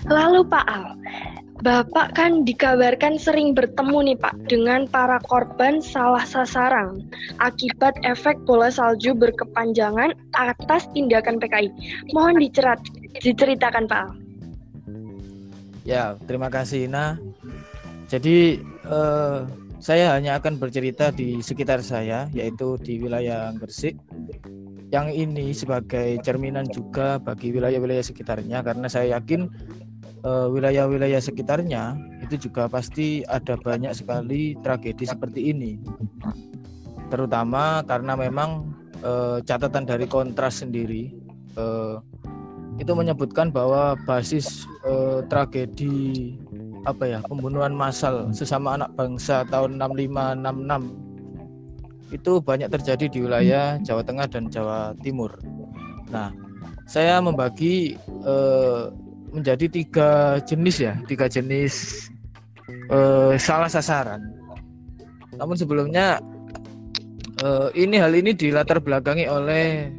Lalu Pak Al, Bapak kan dikabarkan sering bertemu nih Pak dengan para korban salah sasaran akibat efek bola salju berkepanjangan atas tindakan PKI. Mohon diceritakan Pak Al. Ya, terima kasih Ina. Jadi saya hanya akan bercerita di sekitar saya, yaitu di wilayah Gresik. Yang ini sebagai cerminan juga bagi wilayah-wilayah sekitarnya, karena saya yakin wilayah-wilayah sekitarnya itu juga pasti ada banyak sekali tragedi seperti ini. Terutama karena memang catatan dari Kontras sendiri itu menyebutkan bahwa basis tragedi pembunuhan massal sesama anak bangsa tahun 65-66 itu banyak terjadi di wilayah Jawa Tengah dan Jawa Timur. Nah, saya membagi menjadi tiga jenis salah sasaran. Namun sebelumnya hal ini dilatar belakangi oleh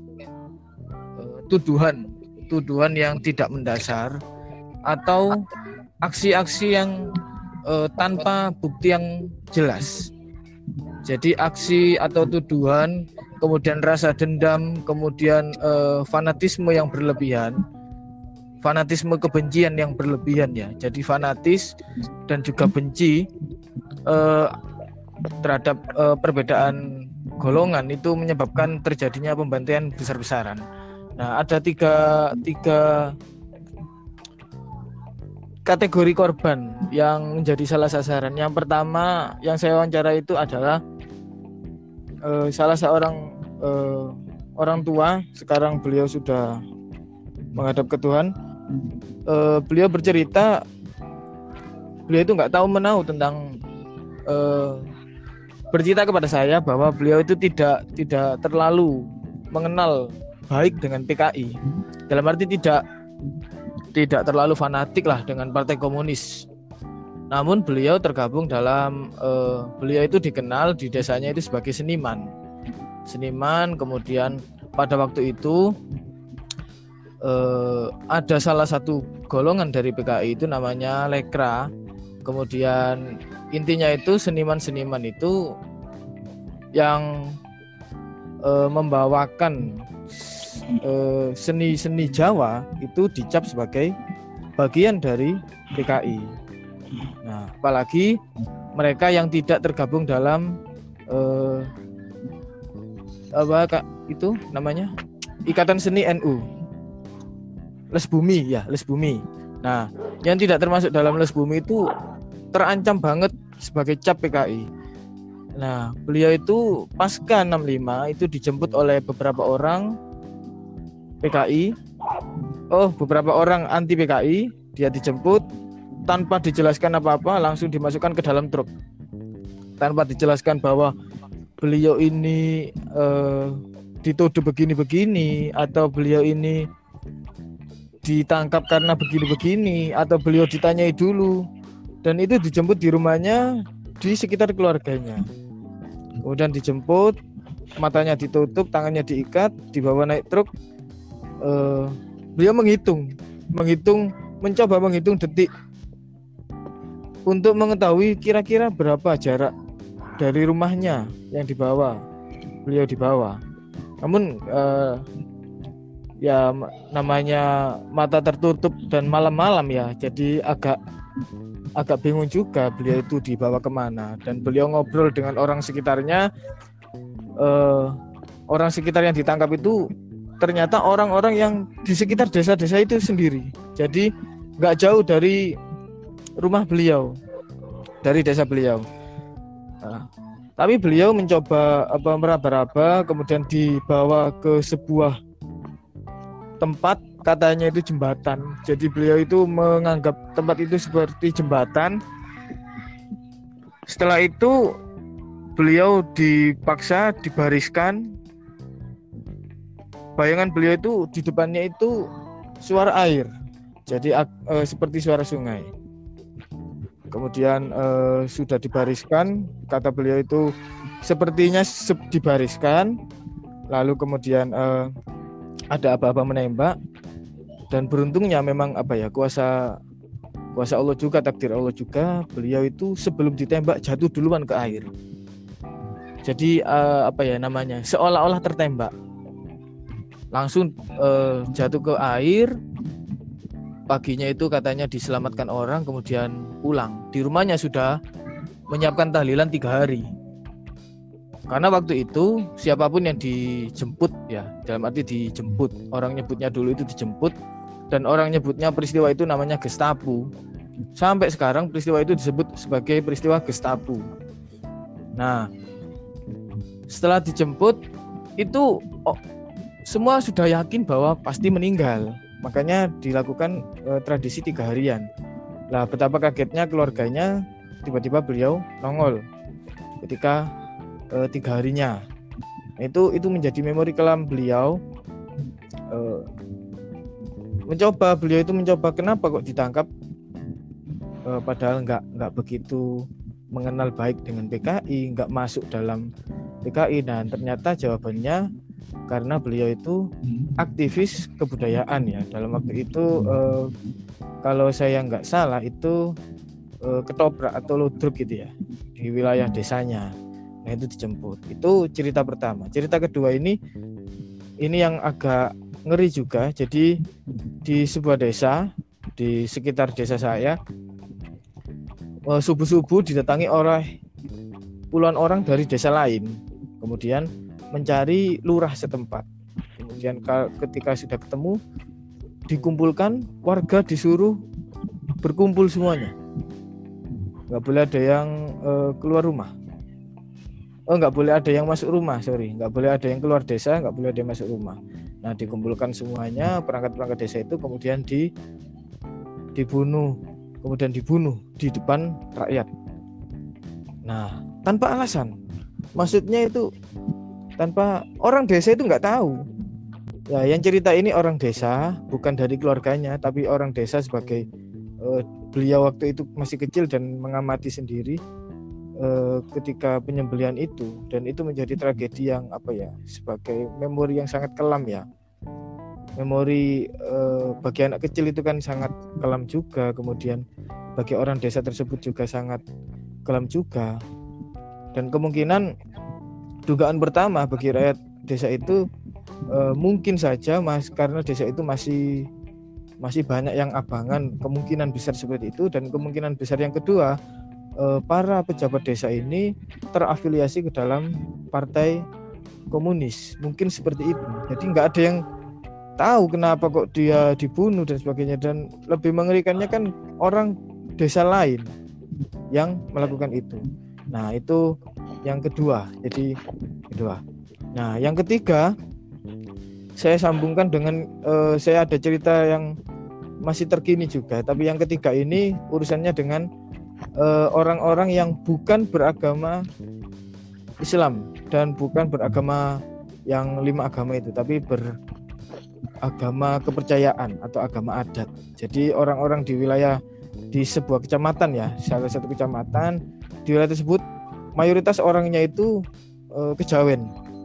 tuduhan yang tidak mendasar atau aksi-aksi yang tanpa bukti yang jelas. Jadi aksi atau tuduhan, kemudian rasa dendam, kemudian fanatisme yang berlebihan, fanatisme kebencian yang berlebihan ya. Jadi fanatis dan juga benci terhadap perbedaan golongan itu menyebabkan terjadinya pembantaian besar-besaran. Nah, ada tiga kategori korban yang menjadi salah sasaran. Yang pertama yang saya wawancara itu adalah salah seorang orang tua. Sekarang beliau sudah menghadap ke Tuhan. Beliau bercerita, beliau itu nggak tahu menahu tentang bercerita kepada saya bahwa beliau itu tidak terlalu mengenal baik dengan PKI. Dalam arti tidak terlalu fanatik lah dengan Partai Komunis. Namun beliau tergabung dalam beliau itu dikenal di desanya itu sebagai seniman. Kemudian pada waktu itu ada salah satu golongan dari PKI itu namanya Lekra. Kemudian intinya itu seniman-seniman itu yang membawakan seni Jawa itu dicap sebagai bagian dari PKI. Nah, apalagi mereka yang tidak tergabung dalam itu namanya Ikatan Seni NU, Les Bumi. Nah, yang tidak termasuk dalam Les Bumi itu terancam banget sebagai cap PKI. Nah, beliau itu pasca 65 itu dijemput oleh beberapa orang PKI. Beberapa orang anti PKI, dia dijemput tanpa dijelaskan apa-apa, langsung dimasukkan ke dalam truk. Tanpa dijelaskan bahwa beliau ini dituduh begini-begini, atau beliau ini ditangkap karena begini-begini, atau beliau ditanyai dulu. Dan itu dijemput di rumahnya, di sekitar keluarganya. Kemudian dijemput, matanya ditutup, tangannya diikat, dibawa naik truk. Beliau mencoba menghitung detik untuk mengetahui kira-kira berapa jarak dari rumahnya yang beliau dibawa. Namun ya namanya mata tertutup dan malam-malam ya, jadi agak bingung juga beliau itu dibawa kemana. Dan beliau ngobrol dengan orang sekitarnya. Orang sekitar yang ditangkap itu ternyata orang-orang yang di sekitar desa-desa itu sendiri. Jadi nggak jauh dari rumah beliau, dari desa beliau. Nah, tapi beliau mencoba meraba-raba, kemudian dibawa ke sebuah tempat, katanya itu jembatan. Jadi beliau itu menganggap tempat itu seperti jembatan. Setelah itu beliau dipaksa dibariskan. Bayangan beliau itu di depannya itu suara air, jadi seperti suara sungai. Kemudian sudah dibariskan, kata beliau itu sepertinya dibariskan. Lalu kemudian ada aba-aba menembak. Dan beruntungnya memang kuasa Allah juga, takdir Allah juga, beliau itu sebelum ditembak jatuh duluan ke air. Jadi seolah-olah tertembak, langsung jatuh ke air. Paginya itu katanya diselamatkan orang, kemudian pulang. Di rumahnya sudah menyiapkan tahlilan 3 hari. Karena waktu itu siapapun yang dijemput, ya dalam arti dijemput, orang nyebutnya dulu itu dijemput, dan orang nyebutnya peristiwa itu namanya Gestapo. Sampai sekarang peristiwa itu disebut sebagai peristiwa Gestapo. Nah, setelah dijemput itu semua sudah yakin bahwa pasti meninggal. Makanya dilakukan tradisi 3 harian. Lah, betapa kagetnya keluarganya, tiba-tiba beliau nongol ketika 3 harinya. Itu menjadi memori kelam beliau. Beliau itu mencoba kenapa kok ditangkap, padahal nggak begitu mengenal baik dengan PKI, nggak masuk dalam PKI. Dan ternyata jawabannya karena beliau itu aktivis kebudayaan, ya. Dalam waktu itu kalau saya nggak salah itu ketoprak atau ludruk gitu, ya, di wilayah desanya. Nah, itu dijemput. Itu cerita pertama. Cerita kedua ini yang agak ngeri juga. Jadi di sebuah desa di sekitar desa saya, subuh-subuh didatangi oleh puluhan orang dari desa lain, kemudian mencari lurah setempat. Kemudian ketika sudah ketemu, dikumpulkan, warga disuruh berkumpul semuanya. Nggak boleh ada yang keluar rumah. Nggak boleh ada yang masuk rumah, nggak boleh ada yang keluar desa, nggak boleh ada yang masuk rumah. Nah, dikumpulkan semuanya perangkat-perangkat desa itu, kemudian dibunuh di depan rakyat. Nah, tanpa alasan. Maksudnya itu tanpa, orang desa itu nggak tahu. Ya, yang cerita ini orang desa, bukan dari keluarganya, tapi orang desa sebagai beliau waktu itu masih kecil dan mengamati sendiri ketika penyembelihan itu, dan itu menjadi tragedi yang sebagai memori yang sangat kelam, ya. Memori bagi anak kecil itu kan sangat kelam juga, kemudian bagi orang desa tersebut juga sangat kelam juga. Dan kemungkinan dugaan pertama bagi rakyat desa itu mungkin saja karena desa itu masih banyak yang abangan, kemungkinan besar seperti itu. Dan kemungkinan besar yang kedua, para pejabat desa ini terafiliasi ke dalam partai komunis, mungkin seperti itu. Jadi nggak ada yang tahu kenapa kok dia dibunuh dan sebagainya. Dan lebih mengerikannya kan orang desa lain yang melakukan itu. Nah, itu yang kedua. Nah, yang ketiga saya sambungkan dengan saya ada cerita yang masih terkini juga, tapi yang ketiga ini urusannya dengan orang-orang yang bukan beragama Islam dan bukan beragama yang 5 agama itu, tapi beragama kepercayaan atau agama adat. Jadi orang-orang di wilayah, di sebuah kecamatan, ya, salah satu kecamatan di wilayah tersebut, mayoritas orangnya itu kejawen.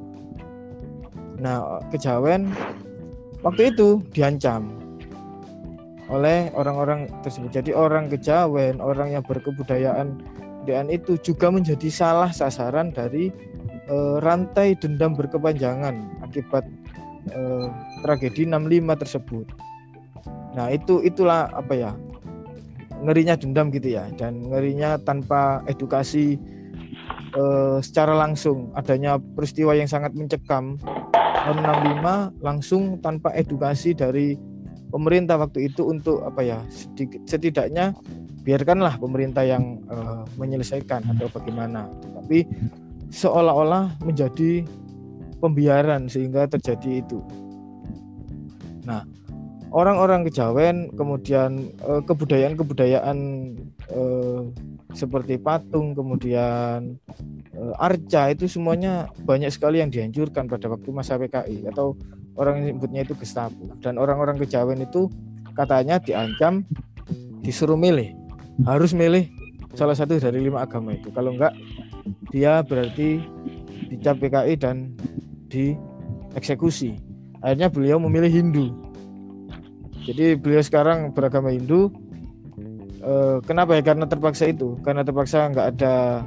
Nah, kejawen waktu itu diancam oleh orang-orang tersebut. Jadi orang kejawen, orang yang berkebudayaan DN itu juga menjadi salah sasaran dari rantai dendam berkepanjangan akibat tragedi 65 tersebut. Nah, itulah ngerinya dendam gitu, ya, dan ngerinya tanpa edukasi secara langsung. Adanya peristiwa yang sangat mencekam tahun 65 langsung tanpa edukasi dari pemerintah waktu itu untuk setidaknya biarkanlah pemerintah yang menyelesaikan atau bagaimana, tapi seolah-olah menjadi pembiaran sehingga terjadi itu. Nah, orang-orang kejawen, kemudian kebudayaan seperti patung, kemudian arca, itu semuanya banyak sekali yang dihancurkan pada waktu masa PKI, atau orang yang sebutnya itu Gestapo. Dan orang-orang kejawen itu katanya diancam, disuruh harus milih salah satu dari 5 agama itu. Kalau enggak, dia berarti dicap PKI dan dieksekusi. Akhirnya beliau memilih Hindu. Jadi beliau sekarang beragama Hindu. Kenapa ya? Karena terpaksa itu. Karena terpaksa nggak ada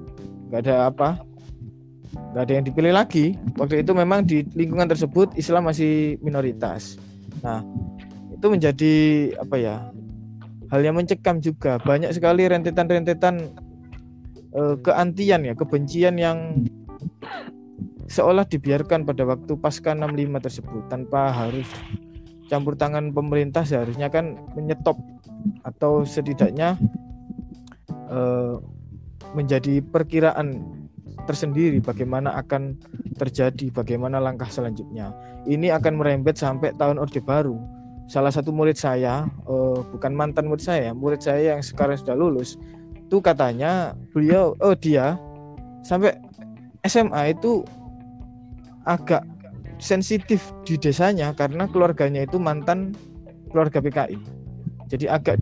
yang dipilih lagi. Waktu itu memang di lingkungan tersebut Islam masih minoritas. Nah, itu menjadi hal yang mencekam juga. Banyak sekali rentetan keantian ya, kebencian yang seolah dibiarkan pada waktu pasca 65 tersebut tanpa harus campur tangan pemerintah. Seharusnya kan menyetop atau setidaknya menjadi perkiraan tersendiri bagaimana akan terjadi, bagaimana langkah selanjutnya. Ini akan merembet sampai tahun Orde Baru. Salah satu murid saya, bukan mantan murid saya yang sekarang sudah lulus, itu katanya dia sampai SMA itu agak sensitif di desanya karena keluarganya itu mantan keluarga PKI. Jadi agak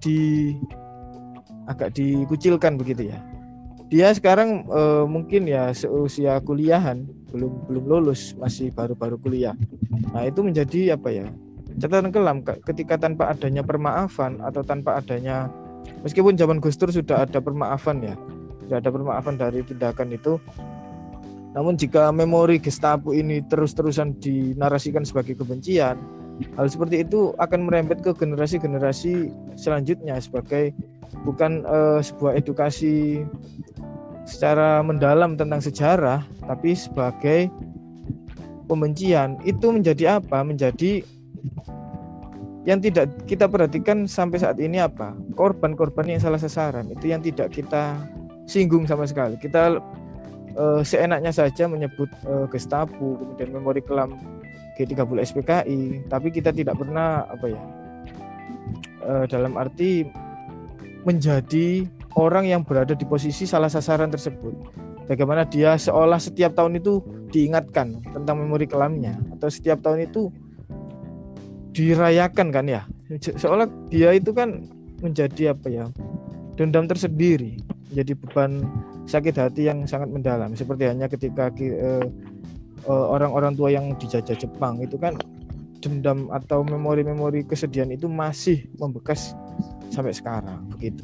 dikucilkan begitu ya. Dia sekarang mungkin ya seusia kuliahan, belum lulus, masih baru kuliah. Nah, itu menjadi catatan kelam ketika tanpa adanya permaafan atau tanpa adanya, meskipun zaman Gus Dur sudah ada permaafan ya, sudah ada permaafan dari tindakan itu. Namun jika memori Gestapo ini terus-terusan dinarasikan sebagai kebencian, hal seperti itu akan merembet ke generasi-generasi selanjutnya sebagai bukan sebuah edukasi secara mendalam tentang sejarah, tapi sebagai pembencian. Itu menjadi menjadi yang tidak kita perhatikan sampai saat ini korban-korban yang salah sasaran itu yang tidak kita singgung sama sekali. Kita seenaknya saja menyebut Gestapo, kemudian memori kelam G30 SPKI, tapi kita tidak pernah dalam arti menjadi orang yang berada di posisi salah sasaran tersebut. Bagaimana dia seolah setiap tahun itu diingatkan tentang memori kelamnya, atau setiap tahun itu dirayakan kan ya. Seolah dia itu kan menjadi dendam tersendiri, menjadi beban sakit hati yang sangat mendalam. Seperti hanya ketika orang-orang tua yang dijajah Jepang itu kan dendam atau memori-memori kesedihan itu masih membekas sampai sekarang begitu.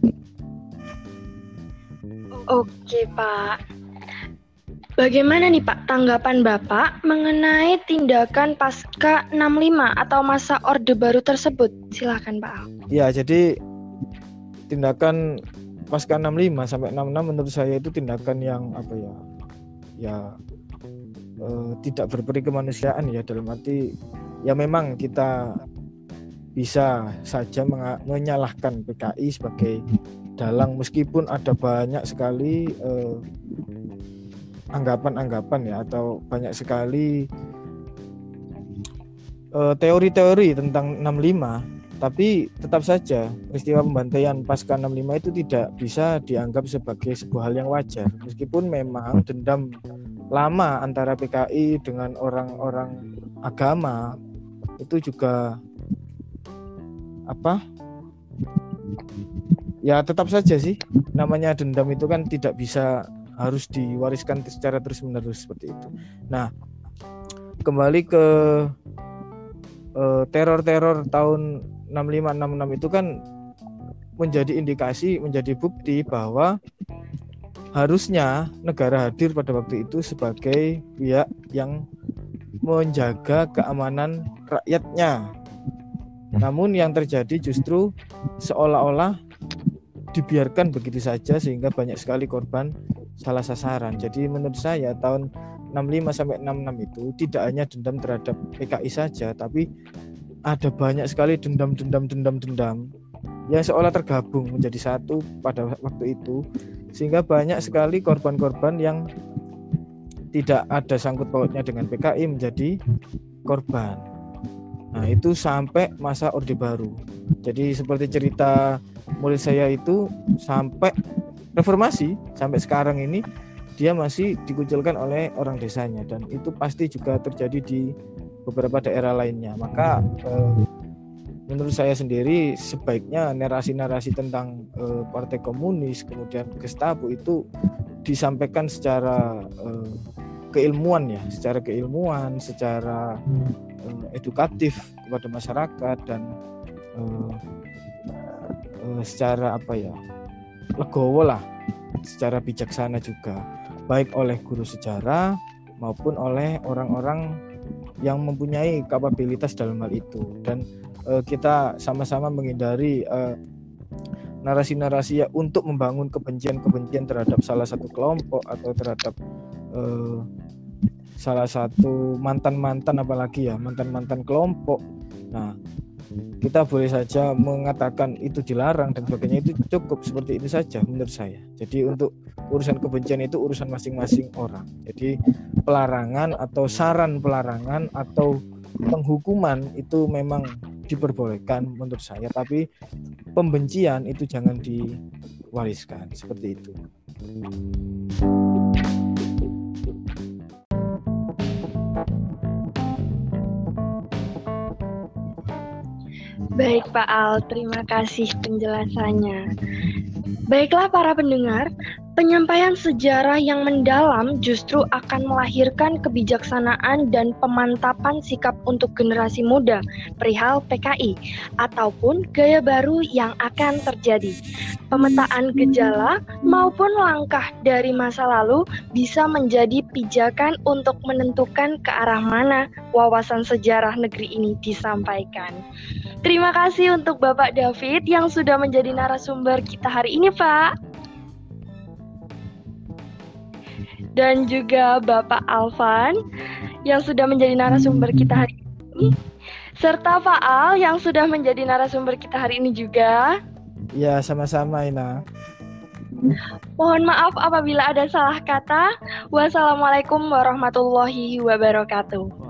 Oke Pak, bagaimana nih Pak tanggapan Bapak mengenai tindakan pasca 65 atau masa Orde Baru tersebut? Silakan Pak. Ya, jadi tindakan pasca 65 sampai 66 menurut saya itu tindakan yang tidak berperi kemanusiaan ya, dalam arti ya memang kita bisa saja menyalahkan PKI sebagai dalang, meskipun ada banyak sekali anggapan-anggapan ya, atau banyak sekali teori-teori tentang 65, tapi tetap saja peristiwa pembantaian pasca 65 itu tidak bisa dianggap sebagai sebuah hal yang wajar, meskipun memang dendam lama antara PKI dengan orang-orang agama itu juga ya tetap saja sih, namanya dendam itu kan tidak bisa harus diwariskan secara terus-menerus seperti itu. Nah, kembali ke teror-teror tahun 65-66 itu kan menjadi indikasi, menjadi bukti bahwa harusnya negara hadir pada waktu itu sebagai pihak yang menjaga keamanan rakyatnya. Namun yang terjadi justru seolah-olah dibiarkan begitu saja sehingga banyak sekali korban salah sasaran. Jadi menurut saya tahun 65 sampai 66 itu tidak hanya dendam terhadap PKI saja, tapi ada banyak sekali dendam yang seolah tergabung menjadi satu pada waktu itu, sehingga banyak sekali korban-korban yang tidak ada sangkut pautnya dengan PKI menjadi korban. Nah, itu sampai masa Orde Baru. Jadi seperti cerita murid saya itu, sampai reformasi sampai sekarang ini dia masih dikucilkan oleh orang desanya, dan itu pasti juga terjadi di beberapa daerah lainnya. Maka menurut saya sendiri sebaiknya narasi-narasi tentang Partai Komunis kemudian Gestapo itu disampaikan secara keilmuan ya, secara keilmuan, secara edukatif kepada masyarakat dan secara legowo lah, secara bijaksana juga, baik oleh guru sejarah maupun oleh orang-orang yang mempunyai kapabilitas dalam hal itu. Dan kita sama-sama menghindari narasi-narasi untuk membangun kebencian-kebencian terhadap salah satu kelompok atau terhadap salah satu mantan-mantan, apalagi ya mantan-mantan kelompok. Nah, kita boleh saja mengatakan itu dilarang dan sebagainya, itu cukup seperti itu saja menurut saya. Jadi untuk urusan kebencian itu urusan masing-masing orang. Jadi pelarangan atau saran pelarangan atau penghukuman itu memang diperbolehkan menurut saya, tapi pembencian itu jangan diwariskan, seperti itu. Baik Pak Al, terima kasih penjelasannya. Baiklah para pendengar, penyampaian sejarah yang mendalam justru akan melahirkan kebijaksanaan dan pemantapan sikap untuk generasi muda perihal PKI ataupun gaya baru yang akan terjadi. Pemetaan gejala maupun langkah dari masa lalu bisa menjadi pijakan untuk menentukan ke arah mana wawasan sejarah negeri ini disampaikan. Terima kasih untuk Bapak David yang sudah menjadi narasumber kita hari ini, Pak. Dan juga Bapak Alvan yang sudah menjadi narasumber kita hari ini. Serta Pak Al yang sudah menjadi narasumber kita hari ini juga. Ya, sama-sama Ina. Mohon maaf apabila ada salah kata. Wassalamualaikum warahmatullahi wabarakatuh.